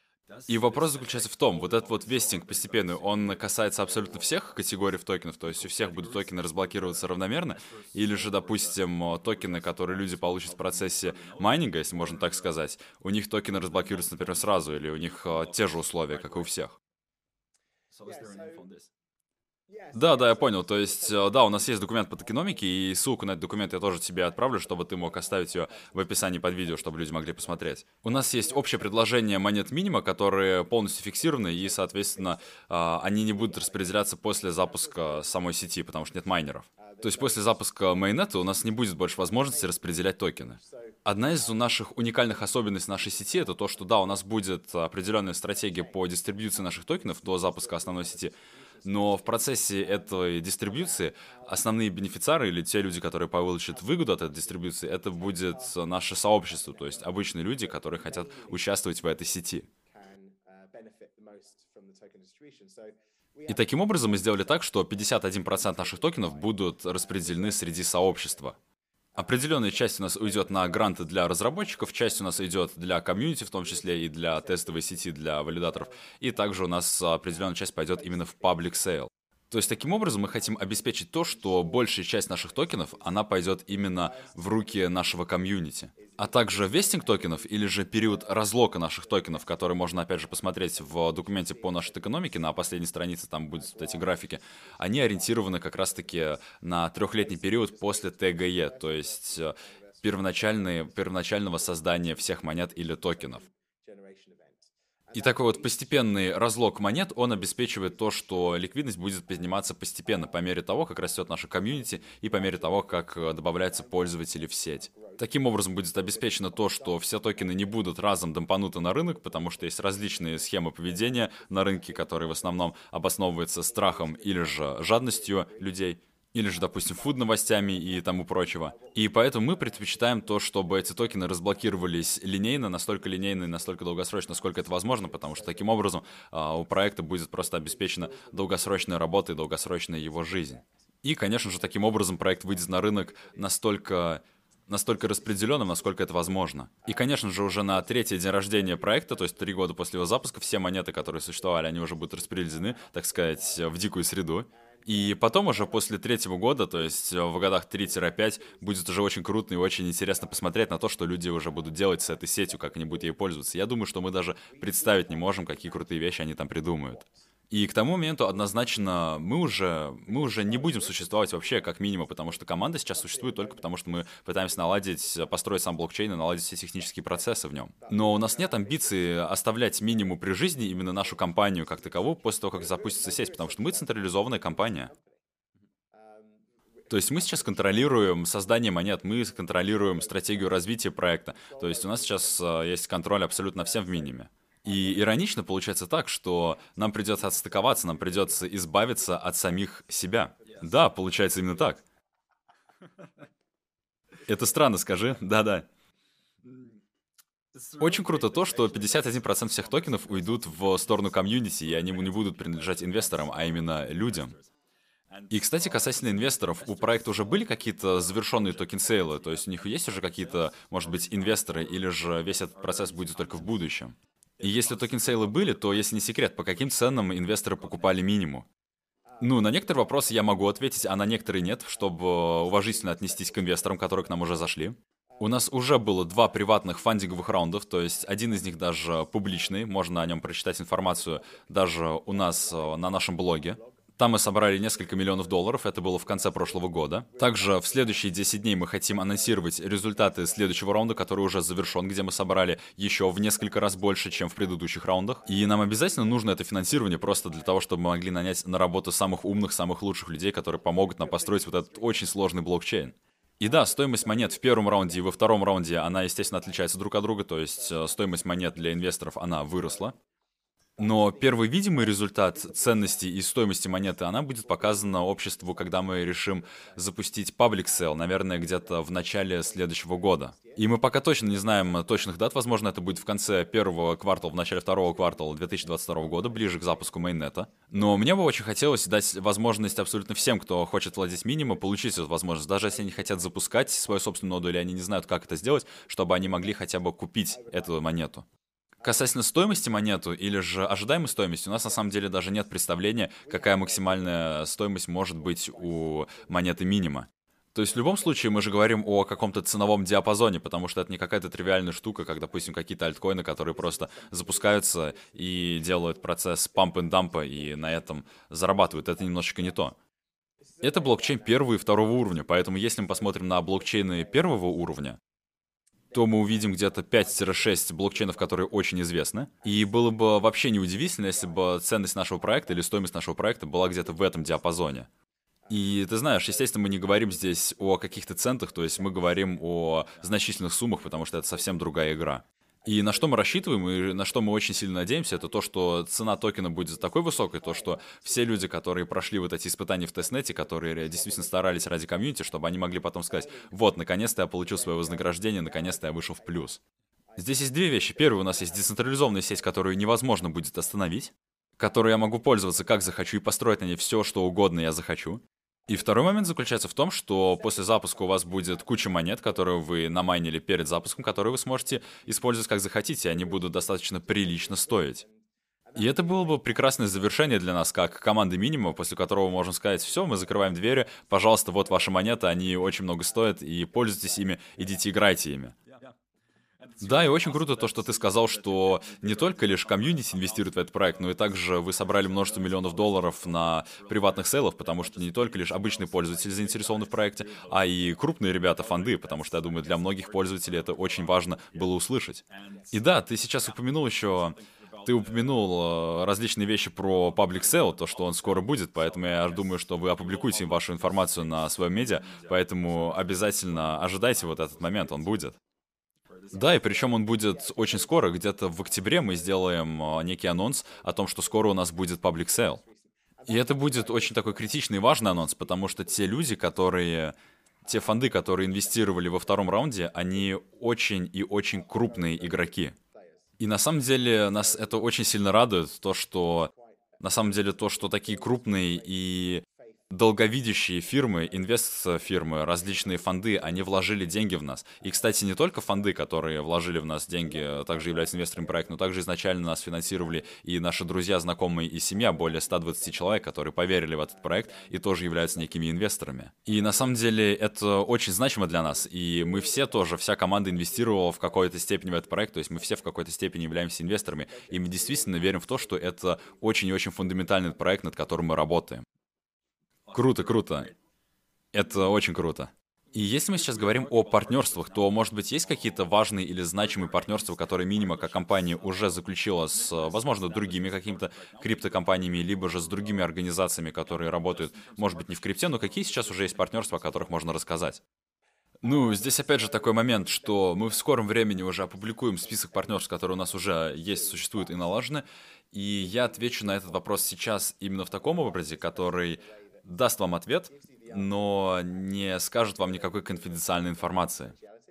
И вопрос заключается в том, вот этот вот вестинг постепенный, он касается абсолютно всех категорий токенов, то есть у всех будут токены разблокироваться равномерно, или же, допустим, токены, которые люди получат в процессе майнинга, если можно так сказать, у них токены разблокируются, например, сразу, или у них uh, те же условия, как и у всех. Да, да, я понял. То есть, э, да, у нас есть документ по токеномике, и ссылку на этот документ я тоже тебе отправлю, чтобы ты мог оставить ее в описании под видео, чтобы люди могли посмотреть. У нас есть общее предложение монет минима, которые полностью фиксированы, и, соответственно, а, они не будут распределяться после запуска самой сети, потому что нет майнеров. То есть после запуска майонета у нас не будет больше возможности распределять токены. Одна из наших уникальных особенностей нашей сети — это то, что да, у нас будет определенная стратегия по дистрибьюции наших токенов до запуска основной сети, но в процессе этой дистрибьюции основные бенефициары или те люди, которые получат выгоду от этой дистрибьюции, это будет наше сообщество, то есть обычные люди, которые хотят участвовать в этой сети. И таким образом мы сделали так, что пятьдесят один процент наших токенов будут распределены среди сообщества. Определенная часть у нас уйдет на гранты для разработчиков, часть у нас идет для комьюнити, в том числе и для тестовой сети для валидаторов, и также у нас определенная часть пойдет именно в public sale. То есть таким образом мы хотим обеспечить то, что большая часть наших токенов, она пойдет именно в руки нашего комьюнити. А также вестинг токенов или же период разлока наших токенов, который можно опять же посмотреть в документе по нашей токеномике, на последней странице там будут вот эти графики, они ориентированы как раз-таки на трехлетний период после тэ гэ е, то есть э, первоначальные, первоначального создания всех монет или токенов. И такой вот постепенный разлог монет, он обеспечивает то, что ликвидность будет подниматься постепенно по мере того, как растет наша комьюнити и по мере того, как э, добавляются пользователи в сеть. Таким образом будет обеспечено то, что все токены не будут разом дампануты на рынок, потому что есть различные схемы поведения на рынке, которые в основном обосновываются страхом или же жадностью людей, или же, допустим, фуд-новостями и тому прочего. И поэтому мы предпочитаем то, чтобы эти токены разблокировались линейно, настолько линейно и настолько долгосрочно, насколько это возможно, потому что таким образом а, у проекта будет просто обеспечена долгосрочная работа и долгосрочная его жизнь. И, конечно же, таким образом проект выйдет на рынок настолько настолько распределенным, насколько это возможно. И, конечно же, уже на третий день рождения проекта, то есть три года после его запуска, все монеты, которые существовали, они уже будут распределены, так сказать, в дикую среду. И потом уже после третьего года, то есть в годах три-пять, будет уже очень круто и очень интересно посмотреть на то, что люди уже будут делать с этой сетью, как они будут ей пользоваться. Я думаю, что мы даже представить не можем, какие крутые вещи они там придумают. И к тому моменту однозначно мы уже, мы уже не будем существовать вообще как минимум, потому что команда сейчас существует только потому, что мы пытаемся наладить, построить сам блокчейн и наладить все технические процессы в нем. Но у нас нет амбиции оставлять минимум при жизни именно нашу компанию как таковую после того, как запустится сеть, потому что мы централизованная компания. То есть мы сейчас контролируем создание монет, мы контролируем стратегию развития проекта. То есть у нас сейчас э, есть контроль абсолютно всем в миниме. И иронично получается так, что нам придется отстыковаться, нам придется избавиться от самих себя. Да, получается именно так. Это странно, скажи. Да-да. Очень круто то, что пятьдесят один процент всех токенов уйдут в сторону комьюнити, и они не будут принадлежать инвесторам, а именно людям. И, кстати, касательно инвесторов, у проекта уже были какие-то завершенные токен-сейлы? То есть у них есть уже какие-то, может быть, инвесторы, или же весь этот процесс будет только в будущем? И если токен-сейлы были, то, если не секрет, по каким ценам инвесторы покупали минимум? Ну, на некоторые вопросы я могу ответить, а на некоторые нет, чтобы уважительно отнестись к инвесторам, которые к нам уже зашли. У нас уже было два приватных фандинговых раундов, то есть один из них даже публичный, можно о нем прочитать информацию даже у нас э, на нашем блоге. Там мы собрали несколько миллионов долларов, это было в конце прошлого года. Также в следующие десять дней мы хотим анонсировать результаты следующего раунда, который уже завершен, где мы собрали еще в несколько раз больше, чем в предыдущих раундах. И нам обязательно нужно это финансирование просто для того, чтобы мы могли нанять на работу самых умных, самых лучших людей, которые помогут нам построить вот этот очень сложный блокчейн. И да, стоимость монет в первом раунде и во втором раунде, она, естественно, отличается друг от друга, то есть э, стоимость монет для инвесторов, она выросла. Но первый видимый результат ценности и стоимости монеты, она будет показана обществу, когда мы решим запустить public sale, наверное, где-то в начале следующего года. И мы пока точно не знаем точных дат, возможно, это будет в конце первого квартала, в начале второго квартала две тысячи двадцать второго года, ближе к запуску мейннета. Но мне бы очень хотелось дать возможность абсолютно всем, кто хочет владеть минимум, получить эту возможность, даже если они хотят запускать свою собственную ноду или они не знают, как это сделать, чтобы они могли хотя бы купить эту монету. Касательно стоимости монету или же ожидаемой стоимости, у нас на самом деле даже нет представления, какая максимальная стоимость может быть у монеты минима. То есть в любом случае мы же говорим о каком-то ценовом диапазоне, потому что это не какая-то тривиальная штука, как, допустим, какие-то альткоины, которые просто запускаются и делают процесс памп-н-дампа и на этом зарабатывают. Это немножечко не то. Это блокчейн первого и второго уровня, поэтому если мы посмотрим на блокчейны первого уровня, то мы увидим где-то пять-шесть блокчейнов, которые очень известны. И было бы вообще неудивительно, если бы ценность нашего проекта или стоимость нашего проекта была где-то в этом диапазоне. И ты знаешь, естественно, мы не говорим здесь о каких-то центах, то есть мы говорим о значительных суммах, потому что это совсем другая игра. И на что мы рассчитываем, и на что мы очень сильно надеемся, это то, что цена токена будет такой высокой, то, что все люди, которые прошли вот эти испытания в тестнете, которые действительно старались ради комьюнити, чтобы они могли потом сказать: вот, наконец-то я получил свое вознаграждение, наконец-то я вышел в плюс. Здесь есть две вещи. Первое, у нас есть децентрализованная сеть, которую невозможно будет остановить, которой я могу пользоваться как захочу и построить на ней все, что угодно я захочу. И второй момент заключается в том, что после запуска у вас будет куча монет, которые вы намайнили перед запуском, которые вы сможете использовать как захотите, и они будут достаточно прилично стоить. И это было бы прекрасное завершение для нас, как команды минимума, после которого можем сказать: все, мы закрываем двери, пожалуйста, вот ваши монеты, они очень много стоят, и пользуйтесь ими, идите играйте ими. Да, и очень круто то, что ты сказал, что не только лишь комьюнити инвестирует в этот проект, но и также вы собрали множество миллионов долларов на приватных сейлах, потому что не только лишь обычные пользователи заинтересованы в проекте, а и крупные ребята, фонды, потому что, я думаю, для многих пользователей это очень важно было услышать. И да, ты сейчас упомянул еще... Ты упомянул э, различные вещи про Public Sale, то, что он скоро будет, поэтому я думаю, что вы опубликуете вашу информацию на своем медиа, поэтому обязательно ожидайте вот этот момент, он будет. Да, и причем он будет очень скоро, где-то в октябре мы сделаем э, некий анонс о том, что скоро у нас будет Public Sale. И это будет очень такой критичный и важный анонс, потому что те люди, которые... Те фонды, которые инвестировали во втором раунде, они очень и очень крупные игроки. И на самом деле нас это очень сильно радует, то, что... На самом деле то, что такие крупные и долговидящие фирмы, инвест-фирмы, различные фонды, они вложили деньги в нас. И, кстати, не только фонды, которые вложили в нас деньги, также являются инвесторами проекта, но также изначально нас финансировали и наши друзья, знакомые и семья, более ста двадцати человек, которые поверили в этот проект и тоже являются некими инвесторами. И на самом деле это очень значимо для нас, и мы все тоже, вся команда инвестировала в какой-то степени в этот проект, то есть мы все в какой-то степени являемся инвесторами, и мы действительно верим в то, что это очень и очень фундаментальный проект, над которым мы работаем. Круто, круто. Это очень круто. И если мы сейчас говорим о партнерствах, то, может быть, есть какие-то важные или значимые партнерства, которые Минима как компания уже заключила с, возможно, другими какими-то криптокомпаниями, либо же с другими организациями, которые работают, может быть, не в крипте, но какие сейчас уже есть партнерства, о которых можно рассказать? Ну, здесь опять же такой момент, что мы в скором времени уже опубликуем список партнерств, которые у нас уже есть, существуют и налажены, и я отвечу на этот вопрос сейчас именно в таком образе, который даст вам ответ, но не скажет вам никакой конфиденциальной информации.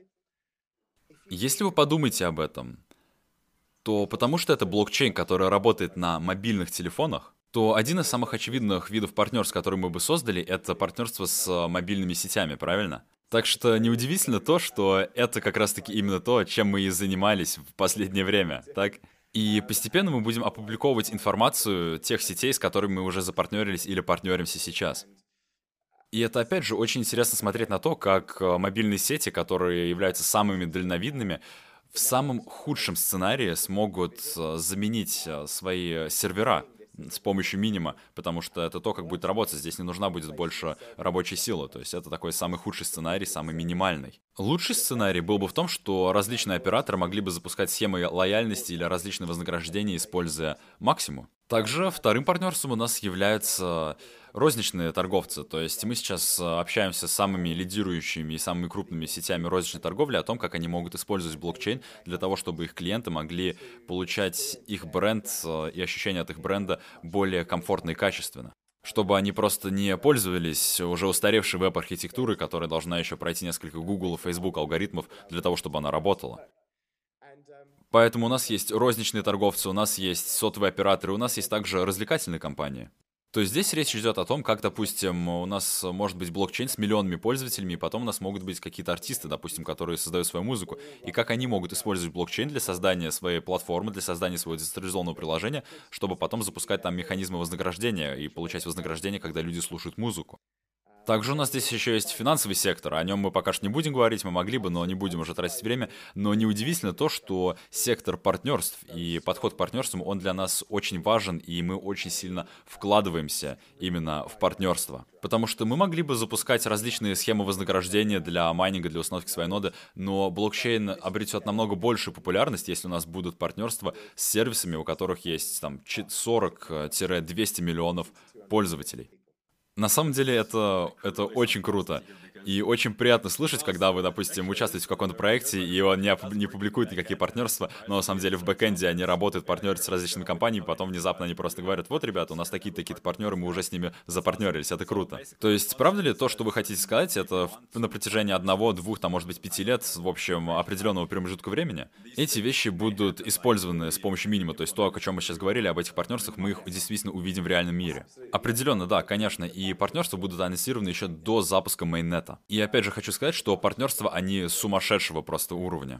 Если вы подумаете об этом, то потому что это блокчейн, который работает на мобильных телефонах, то один из самых очевидных видов партнерств, которые мы бы создали, это партнерство с мобильными сетями, правильно? Так что неудивительно то, что это как раз-таки именно то, чем мы и занимались в последнее время, так? И постепенно мы будем опубликовывать информацию тех сетей, с которыми мы уже запартнерились или партнеримся сейчас. И это, опять же, очень интересно смотреть на то, как мобильные сети, которые являются самыми дальновидными, в самом худшем сценарии смогут заменить свои сервера с помощью минима, потому что это то, как будет работать. Здесь не нужна будет больше рабочей силы. То есть это такой самый худший сценарий, самый минимальный. Лучший сценарий был бы в том, что различные операторы могли бы запускать схемы лояльности или различные вознаграждения, используя максимум. Также вторым партнерством у нас являются розничные торговцы. То есть мы сейчас общаемся с самыми лидирующими и самыми крупными сетями розничной торговли о том, как они могут использовать блокчейн для того, чтобы их клиенты могли получать их бренд и ощущение от их бренда более комфортно и качественно. Чтобы они просто не пользовались уже устаревшей веб-архитектурой, которая должна еще пройти несколько Google и Facebook алгоритмов для того, чтобы она работала. Поэтому у нас есть розничные торговцы, у нас есть сотовые операторы, у нас есть также развлекательные компании. То есть здесь речь идет о том, как, допустим, у нас может быть блокчейн с миллионами пользователями, и потом у нас могут быть какие-то артисты, допустим, которые создают свою музыку, и как они могут использовать блокчейн для создания своей платформы, для создания своего децентрализованного приложения, чтобы потом запускать там механизмы вознаграждения и получать вознаграждение, когда люди слушают музыку. Также у нас здесь еще есть финансовый сектор. О нем мы пока что не будем говорить, мы могли бы, но не будем уже тратить время. Но неудивительно то, что сектор партнерств и подход к партнерствам, он для нас очень важен, и мы очень сильно вкладываемся именно в партнерство. Потому что мы могли бы запускать различные схемы вознаграждения для майнинга, для установки своей ноды, но блокчейн обретет намного большую популярность, если у нас будут партнерства с сервисами, у которых есть там сорок-двести миллионов пользователей. На самом деле это, это очень круто. И очень приятно слышать, когда вы, допустим, участвуете в каком-то проекте, и он не, опу- не публикует никакие партнерства, но на самом деле в бэкэнде они работают, партнерят с различными компаниями, потом внезапно они просто говорят: вот, ребята, у нас такие-то такие-то партнеры, мы уже с ними запартнерились, это круто. То есть, правда ли то, что вы хотите сказать, это в- на протяжении одного, двух, там, может быть, пяти лет, в общем, определенного промежутка времени, эти вещи будут использованы с помощью минима, то есть то, о чем мы сейчас говорили, об этих партнерствах, мы их действительно увидим в реальном мире. Определенно, да, конечно, и партнерства будут анонсированы еще до запуска мейннета. И опять же хочу сказать, что партнерства, они сумасшедшего просто уровня.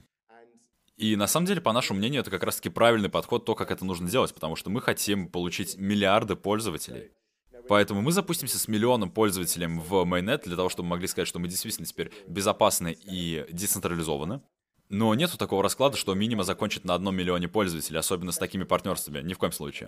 И на самом деле, по нашему мнению, это как раз-таки правильный подход, то, как это нужно делать, потому что мы хотим получить миллиарды пользователей. Поэтому мы запустимся с миллионом пользователей в майннет для того, чтобы мы могли сказать, что мы действительно теперь безопасны и децентрализованы. Но нету такого расклада, что минима закончит на одном миллионе пользователей, особенно с такими партнерствами, ни в коем случае.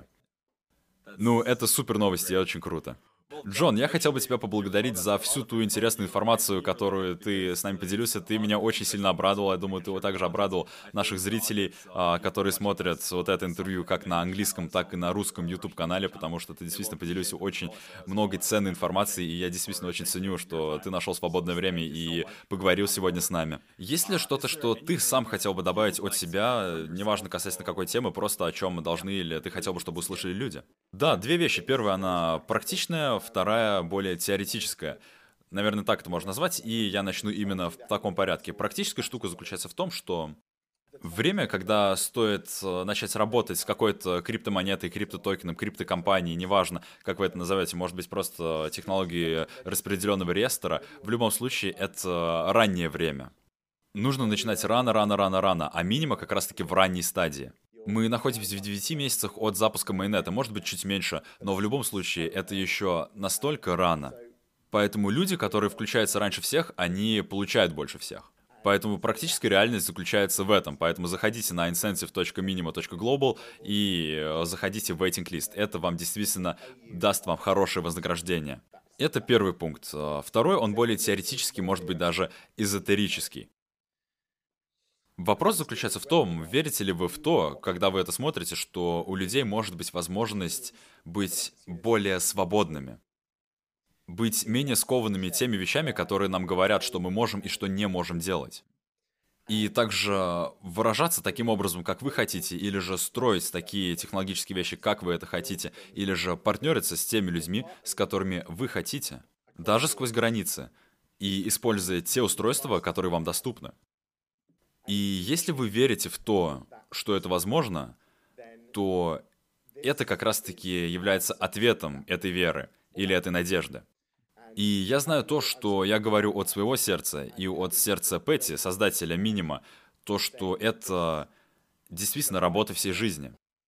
Ну, это супер новости, и очень круто. Джон, я хотел бы тебя поблагодарить за всю ту интересную информацию, которую ты с нами поделился. Ты меня очень сильно обрадовал. Я думаю, ты вот также обрадовал наших зрителей, а, которые смотрят вот это интервью как на английском, так и на русском YouTube-канале, потому что ты действительно поделился очень много ценной информации, и я действительно очень ценю, что ты нашел свободное время и поговорил сегодня с нами. Есть ли что-то, что ты сам хотел бы добавить от себя, неважно касательно какой темы, просто о чем мы должны или ты хотел бы, чтобы услышали люди? Да, две вещи. Первая, она практичная, вторая более теоретическая. Наверное, так это можно назвать, и я начну именно в таком порядке. Практическая штука заключается в том, что время, когда стоит э, начать работать с какой-то криптомонетой, криптотокеном, криптокомпанией, неважно, как вы это назовете, может быть, просто технологии распределенного реестра, в любом случае это раннее время. Нужно начинать рано, рано, рано, рано, а минима как раз-таки в ранней стадии. Мы находимся в девяти месяцах от запуска майнета, может быть, чуть меньше, но в любом случае это еще настолько рано. Поэтому люди, которые включаются раньше всех, они получают больше всех. Поэтому практическая реальность заключается в этом. Поэтому заходите на incentive точка minima точка global и э, заходите в waiting list. Это вам действительно даст вам хорошее вознаграждение. Это первый пункт. Э, Второй, он более теоретический, может быть, даже эзотерический. Вопрос заключается в том, верите ли вы в то, когда вы это смотрите, что у людей может быть возможность быть более свободными, быть менее скованными теми вещами, которые нам говорят, что мы можем и что не можем делать. И также выражаться таким образом, как вы хотите, или же строить такие технологические вещи, как вы это хотите, или же партнериться с теми людьми, с которыми вы хотите, даже сквозь границы, и используя те устройства, которые вам доступны. И если вы верите в то, что это возможно, то это как раз-таки является ответом этой веры или этой надежды. И я знаю то, что я говорю от своего сердца и от сердца Пэти, создателя Минима, то, что это действительно работа всей жизни.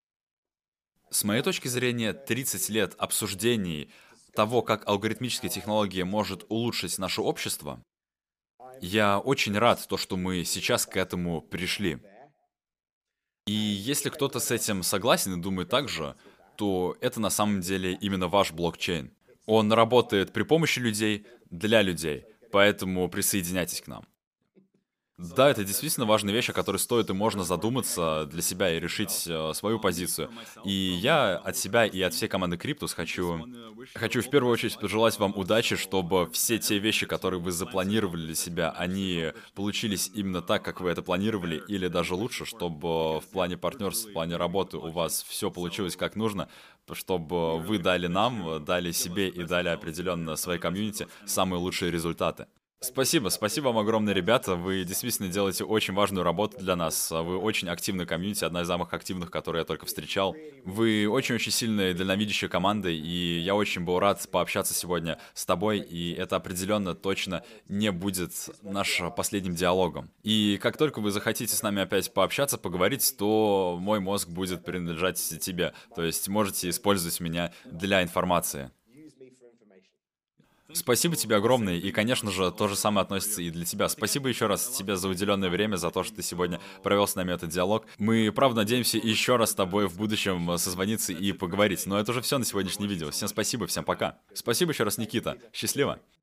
С моей точки зрения, тридцать лет обсуждений того, как алгоритмическая технология может улучшить наше общество, я очень рад, то, что мы сейчас к этому пришли. И если кто-то с этим согласен и думает так же, то это на самом деле именно ваш блокчейн. Он работает при помощи людей, для людей, поэтому присоединяйтесь к нам. Да, это действительно важная вещь, о которой стоит и можно задуматься для себя и решить э, свою позицию. И я от себя и от всей команды Криптус хочу, хочу в первую очередь пожелать вам удачи, чтобы все те вещи, которые вы запланировали для себя, они получились именно так, как вы это планировали, или даже лучше, чтобы в плане партнерства, в плане работы у вас все получилось как нужно, чтобы вы дали нам, дали себе и дали определенно своей комьюнити самые лучшие результаты. Спасибо, спасибо вам огромное, ребята. Вы действительно делаете очень важную работу для нас. Вы очень активная комьюнити, одна из самых активных, которые я только встречал. Вы очень-очень сильная и дальновидящая команда, и я очень был рад пообщаться сегодня с тобой, и это определенно точно не будет нашим последним диалогом. И как только вы захотите с нами опять пообщаться, поговорить, то мой мозг будет принадлежать тебе. То есть можете использовать меня для информации. Спасибо тебе огромное, и, конечно же, то же самое относится и для тебя. Спасибо еще раз тебе за уделенное время, за то, что ты сегодня провел с нами этот диалог. Мы, правда, надеемся еще раз с тобой в будущем э, созвониться и поговорить. Но это уже все на сегодняшнее видео. Всем спасибо, всем пока. Спасибо еще раз, Никита. Счастливо.